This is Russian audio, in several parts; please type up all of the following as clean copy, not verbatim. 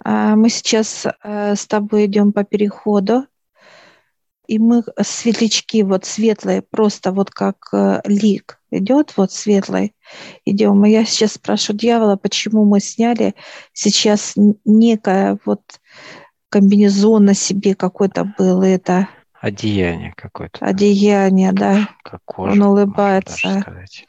Мы сейчас с тобой идем по переходу, и мы светлячки вот светлые, просто вот как лик идет, вот светлый, идем. И я сейчас спрашиваю дьявола, почему мы сняли сейчас некое вот комбинезон на себе какой-то был, это Одеяние какое-то, да. одеяние, да. Как Он кожа, можно даже улыбается. сказать.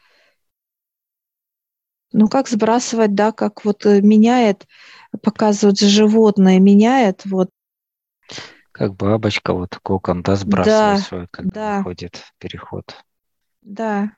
Ну, как сбрасывать, да, как вот меняет, показывают животное, меняет, вот. Как бабочка, вот кокон, да, сбрасывает Да, свой, когда да, выходит в переход. да.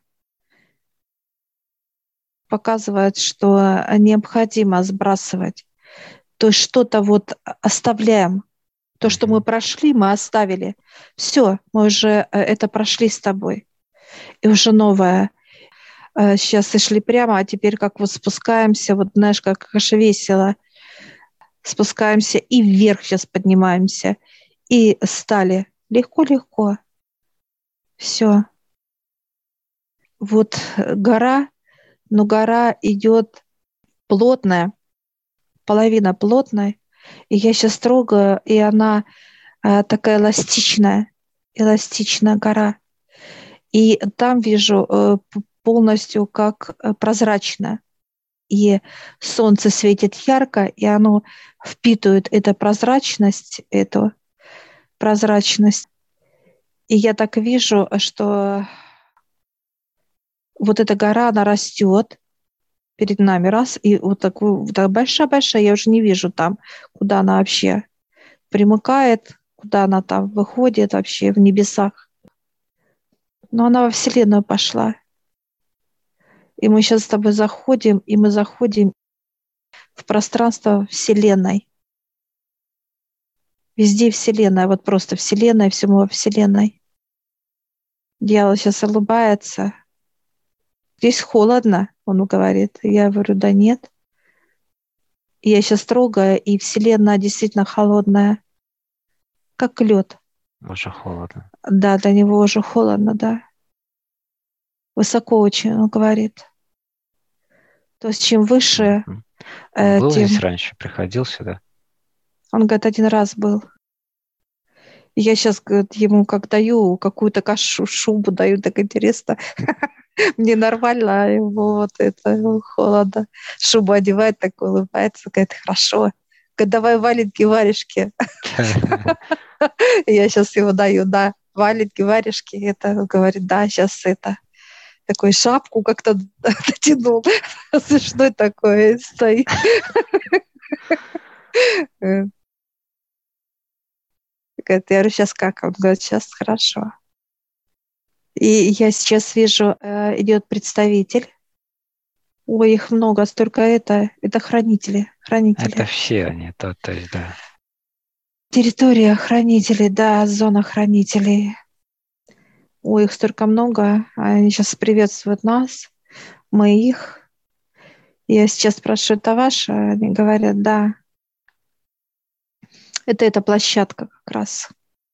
Показывает, что необходимо сбрасывать. То есть что-то вот оставляем. То, что мы Мгм. прошли, мы оставили. Все, мы уже это прошли с тобой. И уже новое. Сейчас сошли прямо, а теперь как вот спускаемся, вот знаешь, как же весело. Спускаемся и вверх сейчас поднимаемся. И стали. Легко-легко. Все. Вот гора, но гора идет плотная, половина плотная. И я сейчас трогаю, и она такая эластичная, эластичная гора. И там вижу полностью как прозрачно. И солнце светит ярко, и оно впитывает эту прозрачность, И я так вижу, что вот эта гора, она растет перед нами, раз, и вот такую, вот так большая-большая, я уже не вижу там, куда она вообще примыкает, куда она там выходит вообще в небесах. Но она во Вселенную пошла. И мы сейчас с тобой заходим, и мы заходим в пространство Вселенной. Везде Вселенная, вот просто Вселенная, всему во Вселенной. Дьявол сейчас улыбается. Здесь холодно, он говорит. Я говорю, да нет. И я сейчас трогаю, и Вселенная действительно холодная, как лед. Уже холодно. Да, для него уже холодно, да. Высоко очень, он говорит. То есть чем выше, Мгм. Он был здесь тем... раньше, приходил сюда? Он говорит, один раз был. И я сейчас, говорит, ему как даю какую-то кашу, шубу даю, так интересно. Мне нормально, а ему вот это холодно. Шубу одевает, так улыбается, говорит, хорошо. Говорит, давай валенки, варежки. Я сейчас его даю, да, валенки, варежки. Это он говорит, да, сейчас это. Такой шапку как-то натянул. Смешной такой стоит. Говорит, я говорю, сейчас как? Он говорит, сейчас хорошо. И я сейчас вижу, идет представитель. Ой, их много, столько это хранители, Это хранители. все они, то есть, да. Территория хранителей, да, зона хранителей. Ой, их столько много. Они сейчас приветствуют нас, мы их. Я сейчас спрашиваю, это ваше? Они говорят, да. Это эта площадка как раз.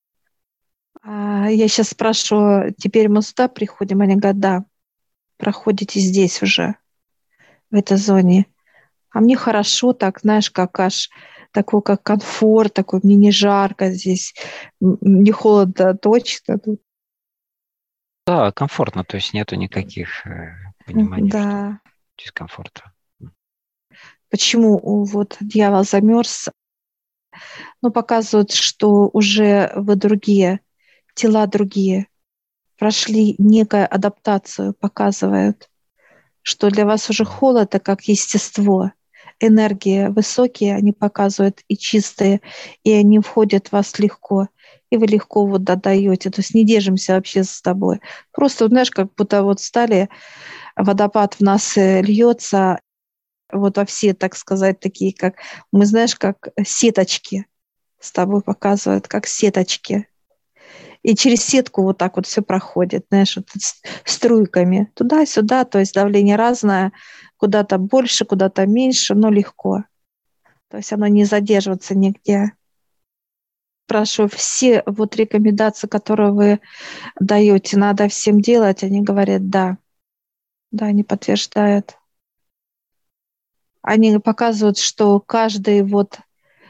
Я сейчас спрашиваю, теперь мы сюда приходим? Они говорят, да, проходите здесь уже, в этой зоне. А мне хорошо так, знаешь, как аж такой, как комфорт, такой, мне не жарко здесь, не холодно точно. Тут. Да, комфортно, то есть нету никаких пониманий, Да. что дискомфорта. Почему вот дьявол замерз? Ну, показывают, что уже вы другие, тела другие, прошли некую адаптацию, показывают, что для вас уже холод, это как естество, энергии высокие, они показывают и чистые, и они входят в вас легко, и вы легко вот отдаете. То есть не держимся вообще с тобой. Просто, знаешь, как будто вот стали, водопад в нас льется, вот во все, так сказать, такие, как мы, знаешь, как сеточки с тобой показывают, как сеточки. И через сетку вот так вот все проходит, знаешь, вот струйками туда-сюда, то есть давление разное, куда-то больше, куда-то меньше, но легко. То есть оно не задерживается нигде. Спрашиваю, все вот рекомендации, которые вы даете, надо всем делать, они говорят, да, да, они подтверждают. Они показывают, что каждый вот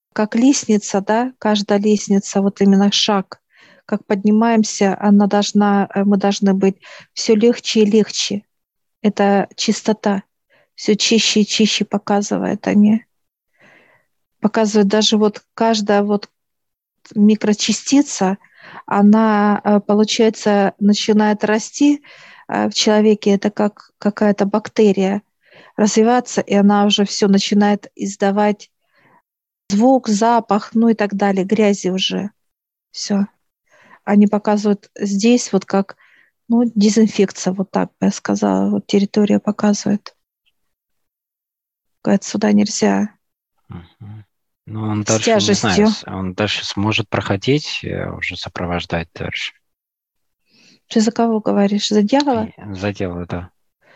как лестница, да, каждая лестница, вот именно шаг, как поднимаемся, мы должны быть все легче и легче. Это чистота. Все чище и чище показывает они. Показывает даже вот каждая вот микрочастица, она, получается, начинает расти в человеке, это как какая-то бактерия, развиваться, и она уже все начинает издавать звук, запах, ну и так далее, грязи уже. Все. Они показывают здесь вот как, ну, дезинфекция, вот так бы я сказала, вот территория показывает. Говорит, сюда нельзя. Мгм. Ну, он С дальше, не знаю, тяжестью. он дальше сможет проходить, уже сопровождать дальше. Ты за кого говоришь? За дьявола? И задело, да.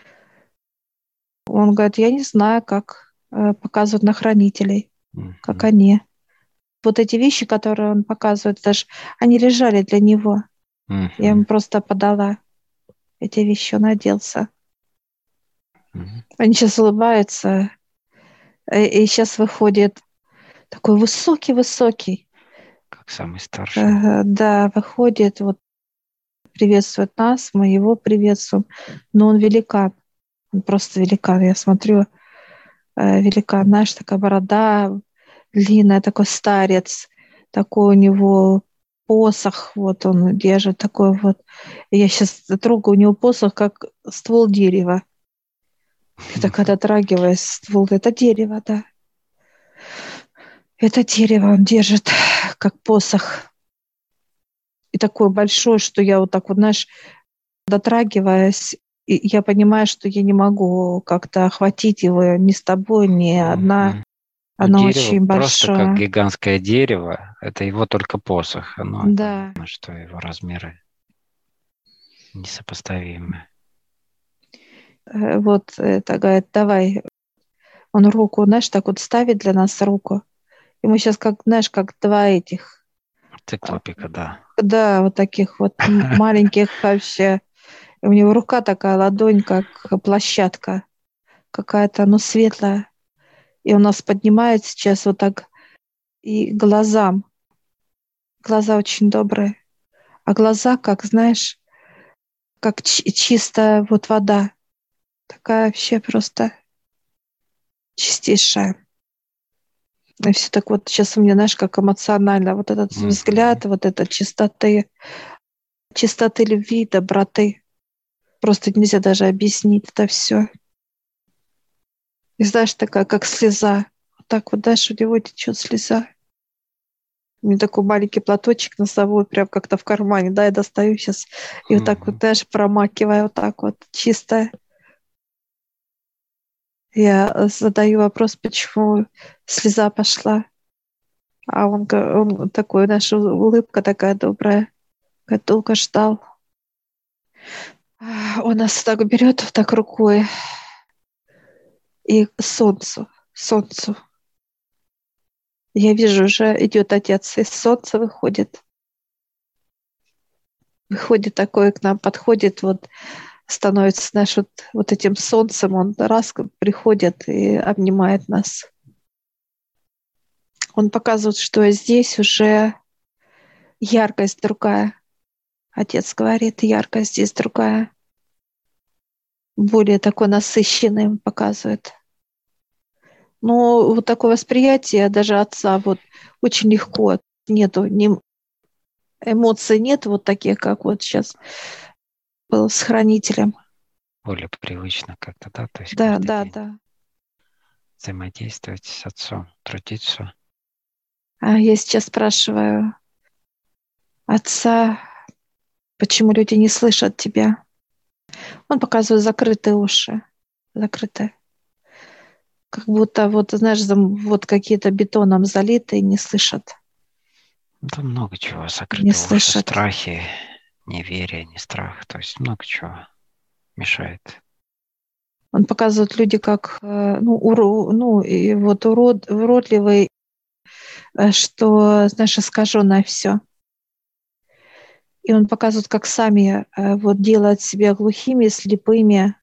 Он говорит, я не знаю, как показывают на хранителей, как Мгм. они. Вот эти вещи, которые он показывает, даже они лежали для него. Я ему Мгм. просто подала эти вещи, он оделся. Мгм. Они сейчас улыбаются, и сейчас выходит такой высокий-высокий. Как самый старший. Да, выходит, вот приветствует нас, мы его приветствуем. Но он великан, он просто великан. Я смотрю, великан, знаешь, такая борода длинная, такой старец, такой у него посох, вот он держит такой вот. И я сейчас трогаю у него посох, как ствол дерева. Я так дотрагиваюсь, ствол, это дерево, да. Это дерево он держит, как посох. И такой большой, что я вот так вот, знаешь, дотрагиваясь, и я понимаю, что я не могу как-то охватить его ни с тобой, ни одна. Мгм. Ну, Оно дерево очень просто как большое. гигантское дерево. Это его только посох. Оно Да. понятно, что его размеры несопоставимы. Вот это говорит, давай. Он руку, знаешь, так вот ставит для нас руку. И мы сейчас, как, знаешь, как два этих, а, Циклопика, да. да, вот таких вот маленьких вообще. И у него рука такая, ладонь, как площадка какая-то, ну, светлая. И он нас поднимает сейчас вот так и глазам. Глаза очень добрые. А глаза, как, знаешь, как чистая вот вода. Такая вообще просто чистейшая. И все так вот сейчас у меня, знаешь, как эмоционально вот этот Мгм. взгляд, вот эта чистоты любви, доброты. Просто нельзя даже объяснить это все. И знаешь, такая, как слеза. Вот так вот, знаешь, у него течет слеза. У меня такой маленький платочек носовой, прям как-то в кармане, да, я достаю сейчас. И вот так вот, Мгм. знаешь, промакиваю вот так вот, чисто. Я задаю вопрос, почему слеза пошла. А он такой, наша улыбка такая добрая. Как долго ждал. Он нас так берет вот так рукой и к солнцу. Я вижу, уже идет отец, из солнца выходит. Выходит такой к нам, подходит, вот становится, знаешь, вот этим солнцем, он раз приходит и обнимает нас. Он показывает, что здесь уже яркость другая. Отец говорит, яркость здесь другая. Более такой насыщенный он показывает. Но вот такое восприятие даже отца вот очень легко. Нету ни эмоций, нет вот таких, как вот сейчас был с хранителем. Более привычно как-то, да, то есть Да, каждый да, день да. взаимодействовать с отцом, трудиться. А я сейчас спрашиваю отца, почему люди не слышат тебя? Он показывает закрытые уши. Закрытые. Как будто, вот, знаешь, вот какие-то бетоном залитые, не слышат. Да много чего, Не закрытые уши, слышат. страхи, неверие, не страх, то есть много чего мешает. Он показывает люди как, ну и вот уродливые, что, знаешь, искаженное все. И он показывает, как сами вот делают себя глухими, слепыми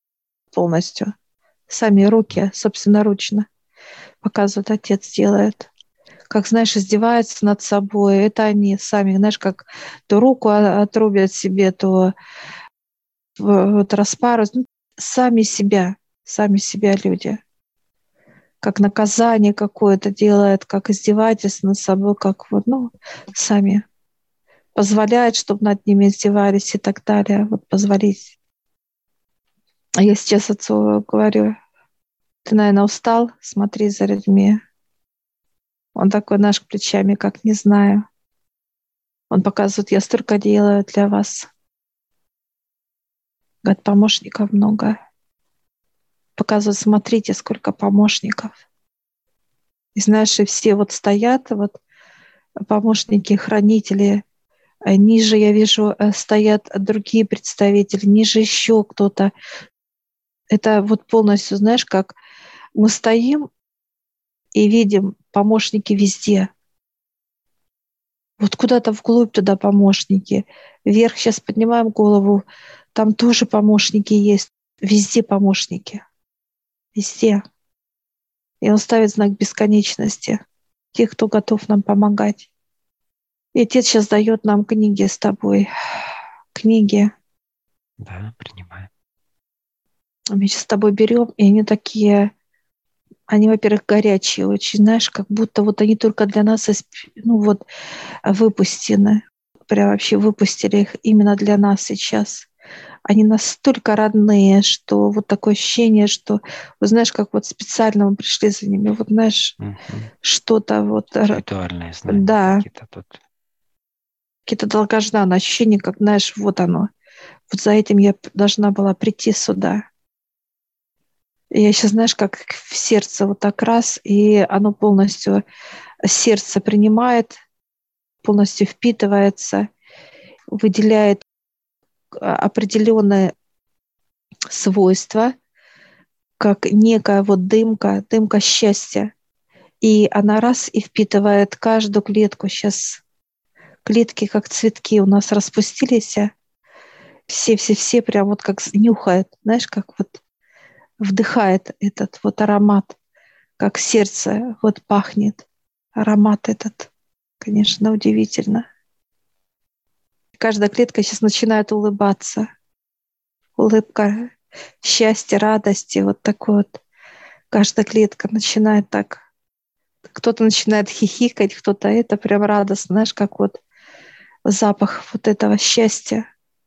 полностью. Сами руки, собственноручно. Показывает, отец делает. как, знаешь, издеваются над собой. Это они сами, знаешь, как то руку отрубят себе, то вот распарывают. Ну, сами себя люди. Как наказание какое-то делают, как издевательство над собой, как вот, ну, сами позволяют, чтобы над ними издевались и так далее. Вот позволить. А я сейчас отцу говорю, ты, наверное, устал, смотри за людьми. Он такой, наш плечами, как не знаю. Он показывает, я столько делаю для вас. Говорит, помощников много. Показывает, смотрите, сколько помощников. И знаешь, и все вот стоят, вот помощники, хранители. Ниже, я вижу, стоят другие представители, ниже еще кто-то. Это вот полностью, знаешь, как мы стоим и видим помощники везде. Вот куда-то вглубь туда помощники. Вверх сейчас поднимаем голову, там тоже помощники есть. Везде помощники. Везде. И он ставит знак бесконечности. Тех, кто готов нам помогать. И Отец сейчас дает нам книги с тобой. Книги. Да, принимаю. Мы сейчас с тобой берем, и они такие, они, во-первых, горячие очень, знаешь, как будто вот они только для нас, ну вот, выпущены. Прям вообще выпустили их именно для нас сейчас. Они настолько родные, что вот такое ощущение, что, вот знаешь, как вот специально мы пришли за ними, вот знаешь, Угу. что-то вот, Ритуальные знания да, какие-то тут. какие-то долгожданные ощущения, как, знаешь, вот оно. Вот за этим я должна была прийти сюда. И я сейчас, знаешь, как в сердце вот так раз, и оно полностью, сердце принимает, полностью впитывается, выделяет определенные свойства, как некая вот дымка счастья. И она раз и впитывает каждую клетку. Сейчас клетки, как цветки, у нас распустились. Все прям вот как нюхает, знаешь, как вот вдыхает этот вот аромат, как сердце вот пахнет. Аромат этот, конечно, удивительно. Каждая клетка сейчас начинает улыбаться. Улыбка счастья, радости, вот такой вот. Каждая клетка начинает так. Кто-то начинает хихикать, кто-то это прям радостно, знаешь, как вот запах вот этого счастья.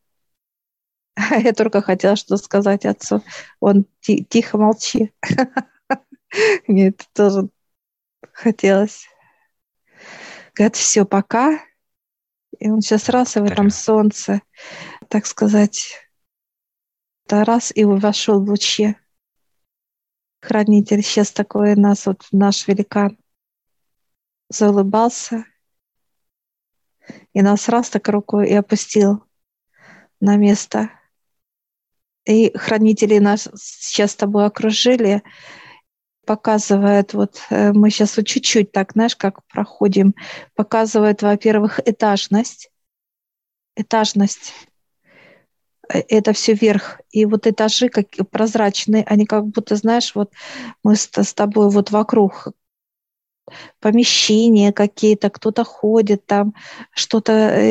Я только хотела что сказать отцу. Он тихо молчи. Мне это тоже хотелось. Говорит, все, пока. И он сейчас раз, и в этом Благодарю. солнце, так сказать, это раз, и вошел в лучи. Хранитель сейчас такой нас, вот наш великан, заулыбался, и нас раз так рукой и опустил на место. И хранители нас сейчас с тобой окружили, показывает, вот мы сейчас вот чуть-чуть так, знаешь, как проходим, показывает, во-первых, этажность, это все вверх, и вот этажи как прозрачные, они как будто, знаешь, вот мы с тобой вот вокруг помещения какие-то, кто-то ходит там, что-то,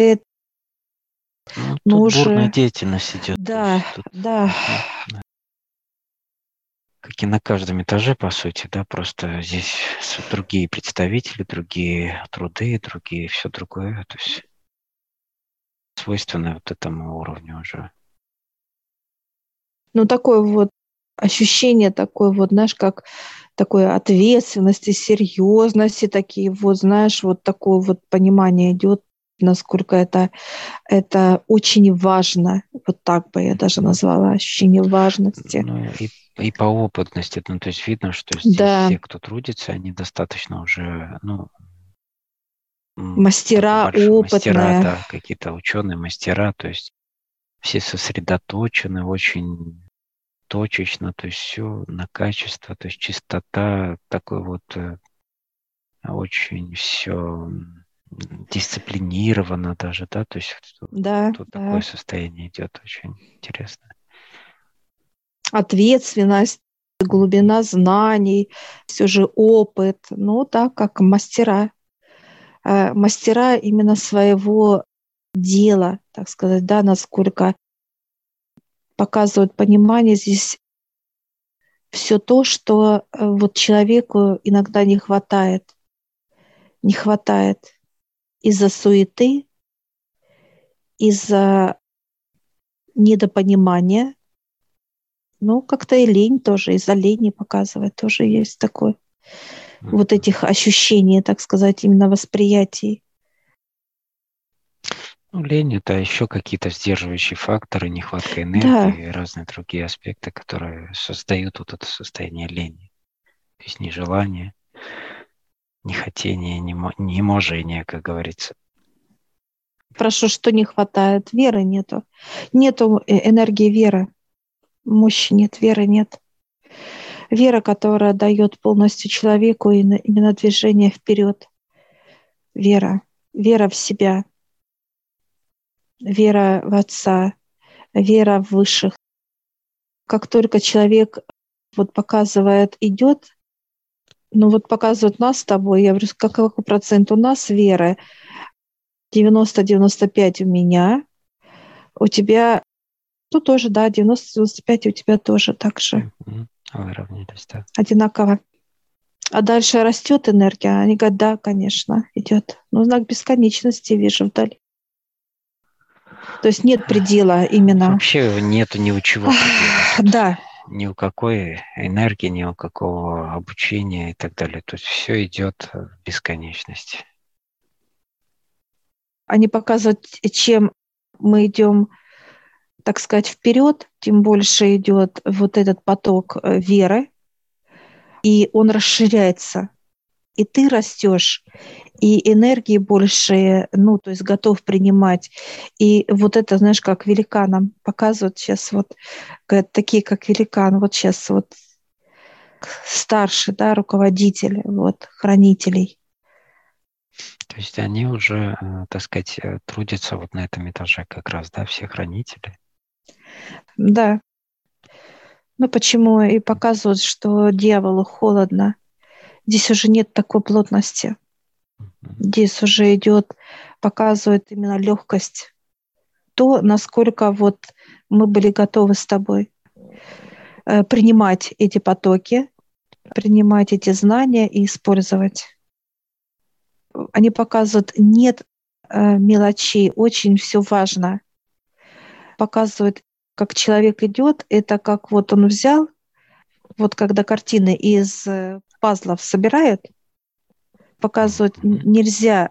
Ну, ну тут бурная уже, деятельность идет. То да, есть тут, да, да, как и на каждом этаже, по сути, да, просто здесь другие представители, другие труды, другие, все другое. То есть свойственно вот этому уровню уже. ну такое вот ощущение такое вот, знаешь, как такой ответственности, серьезности, такие вот, знаешь, вот такое вот понимание идет, насколько это очень важно. Вот так бы я даже назвала ощущение важности. Ну, и по опытности, ну, то есть видно, что здесь Да, все, кто трудится, они достаточно уже, ну, такой мастера большой мастера, опытные. да, какие-то ученые, мастера, то есть все сосредоточены очень точечно, то есть все на качество, то есть чистота, такой вот очень все дисциплинировано даже, да, то есть Да, тут такое да. состояние идет очень интересно. Ответственность, глубина знаний, все же опыт. Ну, так как мастера. мастера именно своего дела, так сказать, да, насколько показывают понимание здесь все то, что вот человеку иногда не хватает. Не хватает из-за суеты, из-за недопонимания. Ну, как-то и лень тоже, из-за лени показывает, тоже есть такое. Вот этих ощущений, так сказать, именно восприятий. Ну, лень – это еще какие-то сдерживающие факторы, нехватка Да, энергии и разные другие аспекты, которые создают вот это состояние лени. То есть нежелание, нехотение, неможение, как говорится. прошу, что не хватает? Веры нету. Нету энергии веры. Мощи нет, веры нет. Вера, которая дает полностью человеку именно движение вперед. Вера. Вера в себя. Вера в Отца. Вера в высших. Как только человек вот показывает, идет, ну вот показывает нас с тобой, я говорю, какой процент у нас веры? 90-95 у меня, у тебя, ну тоже, да, 90-95 у тебя тоже так же, Выровнялись, да. одинаково. А дальше растет энергия, они говорят, да, конечно, идет. Ну, знак бесконечности вижу вдали. То есть нет предела именно. Вообще нету ни у чего предела. Да. Ни у какой энергии, ни у какого обучения и так далее. То есть все идет в бесконечность. Они показывают, чем мы идем, так сказать, вперед, тем больше идет вот этот поток веры, и он расширяется. И ты растешь, и энергии больше, ну, то есть готов принимать. И вот это, знаешь, как великанам показывают сейчас вот, говорят, такие, как великан, вот сейчас вот старший, да, руководитель, вот, хранителей. То есть они уже, так сказать, трудятся вот на этом этаже как раз, да, все хранители. Да. Ну, почему и показывают, что дьяволу холодно. Здесь уже нет такой плотности. Здесь уже идет, показывает именно легкость. То, насколько вот мы были готовы с тобой принимать эти потоки, принимать эти знания и использовать. Они показывают, нет мелочей, очень все важно. Показывают, как человек идет, это как вот он взял, вот когда картины из пазлов собирают, показывают, нельзя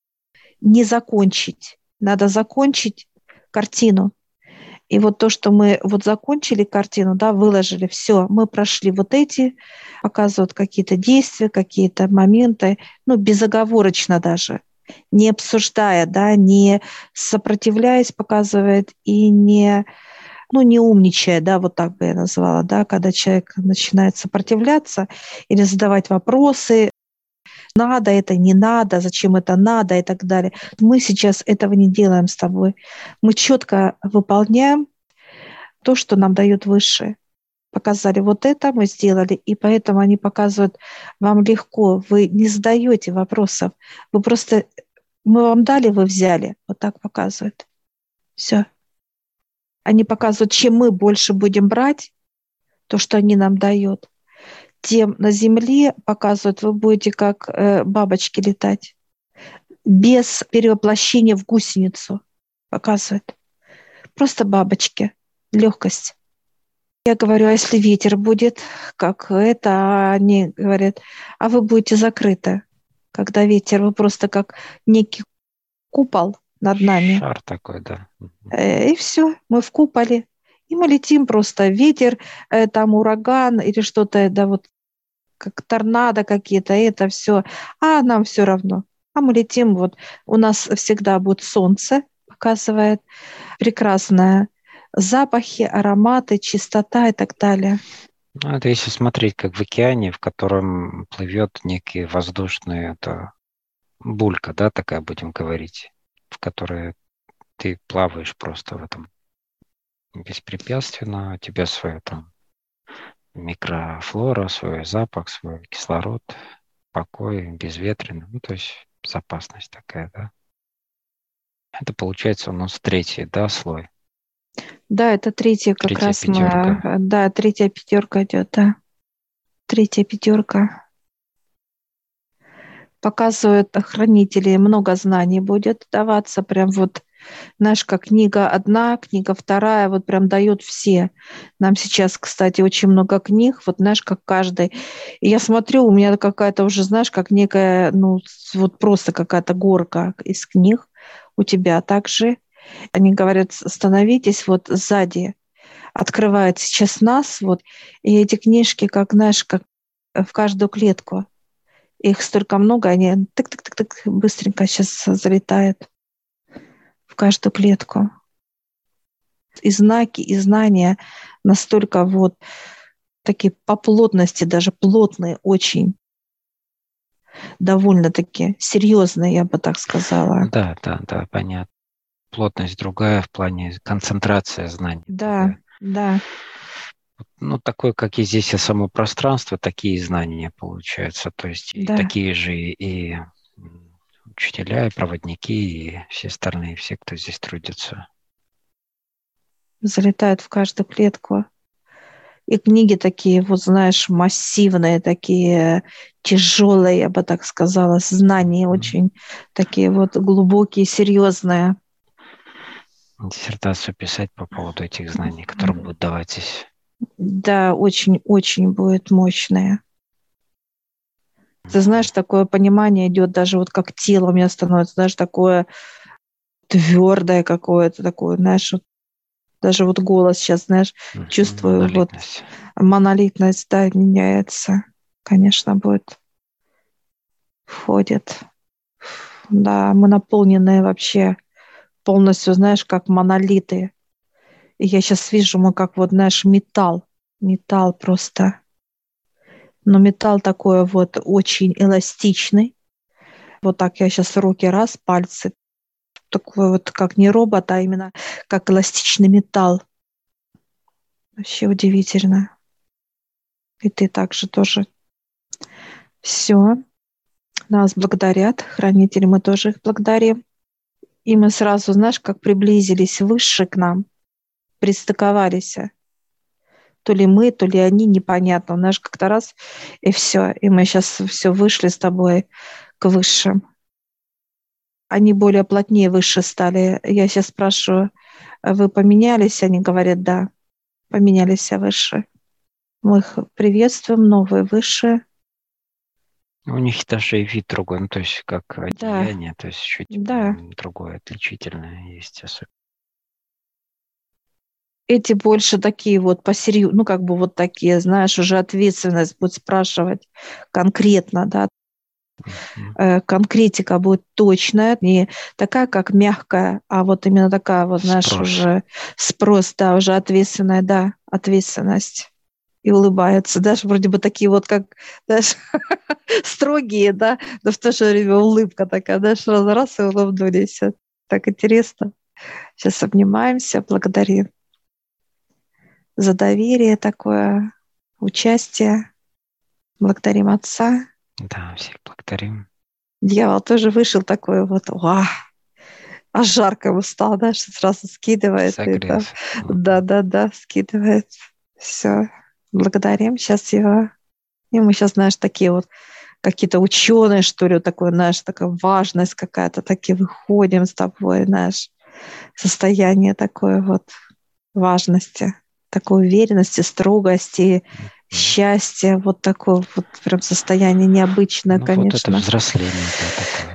не закончить, надо закончить картину. И вот то, что мы вот закончили картину, да, выложили, все, мы прошли вот эти, показывают какие-то действия, какие-то моменты, ну, безоговорочно даже, не обсуждая, да, не сопротивляясь, показывает, и не, ну, не умничая, да, вот так бы я назвала, да, когда человек начинает сопротивляться или задавать вопросы, надо это, не надо, зачем это надо и так далее. Мы сейчас этого не делаем с тобой. Мы четко выполняем то, что нам дают высшие. Показали вот это, мы сделали, и поэтому они показывают, вам легко, вы не задаете вопросов, вы просто, мы вам дали, вы взяли, вот так показывают. Все. Они показывают, чем мы больше будем брать, то, что они нам дают, тем на Земле показывают, вы будете как бабочки летать, без перевоплощения в гусеницу, показывают. Просто бабочки, легкость. Я говорю, а если ветер будет, как это, а они говорят, а вы будете закрыты, когда ветер, вы просто как некий купол над нами. Шар такой, да. И все, мы в куполе. И мы летим просто, ветер, там ураган или что-то, да вот как торнадо какие-то, это все. А нам все равно. А мы летим, вот у нас всегда будет солнце, показывает прекрасное запахи, ароматы, чистота и так далее. Ну, это если смотреть, как в океане, в котором плывет некий воздушный, это булька, да, такая будем говорить, в которой ты плаваешь просто в этом беспрепятственно, у тебя свое там микрофлора, свой запах, свой кислород, покой, безветренно. Ну, то есть безопасность такая, да? Это получается у нас третий, да, слой? Да, это третья как Третья раз мы, пятерка. да, третья пятерка идет, да. Третья пятерка. Показывают хранители, много знаний будет даваться, прям вот, знаешь, как книга одна, книга вторая, вот прям дают все. Нам сейчас, кстати, очень много книг, вот знаешь, как каждый. И я смотрю, у меня какая-то уже, знаешь, как некая, ну, вот просто какая-то горка из книг у тебя также. Они говорят, становитесь вот сзади, открывают сейчас нас, вот, и эти книжки, как, знаешь, как в каждую клетку. Их столько много, они тык-тык-тык-тык быстренько сейчас залетают в каждую клетку. И знаки, и знания настолько вот такие по плотности, даже плотные очень, довольно-таки серьезные, я бы так сказала. Да, да, да, понятно. Плотность другая в плане концентрация знаний Да, другая. да, Ну, такое, как и здесь и само пространство, такие знания получаются. То есть и да, такие же и учителя, и проводники, и все остальные, все, кто здесь трудится. залетают в каждую клетку. И книги такие, вот знаешь, массивные, такие тяжелые, я бы так сказала, знания очень такие вот глубокие, серьезные. Диссертацию писать по поводу этих знаний, которые будут давать здесь. Да, очень-очень будет мощные. Ты знаешь, такое понимание идет даже вот как тело у меня становится, знаешь, такое твердое какое-то такое, знаешь, вот даже вот голос сейчас, знаешь, чувствую вот Монолитность. монолитность, да, меняется, конечно, будет, входит. Да, мы наполнены вообще полностью, знаешь, как монолиты. И я сейчас вижу, мы как вот, знаешь, металл просто. Но металл такой вот очень эластичный. Вот так я сейчас руки раз, пальцы. Такой вот, как не робот, а именно как эластичный металл. Вообще удивительно. И ты также тоже. Все. Нас благодарят. Хранители, мы тоже их благодарим. И мы сразу, знаешь, как приблизились выше к нам, пристыковались. То ли мы, то ли они, непонятно. Знаешь, как-то раз, и все. И мы сейчас все вышли с тобой к высшим. Они более плотнее выше стали. Я сейчас спрашиваю, вы поменялись? Они говорят, да, поменялись выше. Мы их приветствуем, новые выше. У них даже и вид другой, ну, то есть как Да, одеяние, то есть чуть да. другое, отличительное есть особенно. Эти больше такие вот посерьезно, ну, как бы вот такие, знаешь, уже ответственность будет спрашивать конкретно, да, конкретика будет точная, не такая, как мягкая, а вот именно такая вот, знаешь, Спрос. уже спрос, да, уже ответственная, да, ответственность. И улыбается, даже вроде бы такие вот, как, знаешь, строгие, да, но в то же время улыбка такая, знаешь, раз и улыбнулись. Так интересно. Сейчас обнимаемся, благодарим за доверие такое, участие. Благодарим Отца. Да, всех благодарим. Дьявол тоже вышел такой вот, вау, аж жарко ему стало, да, что сразу скидывает это. Согрелся. Да-да-да, скидывает. Все. Благодарим сейчас его. И мы сейчас, знаешь, такие вот какие-то ученые, что ли, вот такое, знаешь, такая важность какая-то, такие выходим с тобой, знаешь, состояние такое вот важности, такой уверенности, строгости, счастья, вот такое вот прям состояние необычное, Ну, вот это конечно. взросление, да, такое.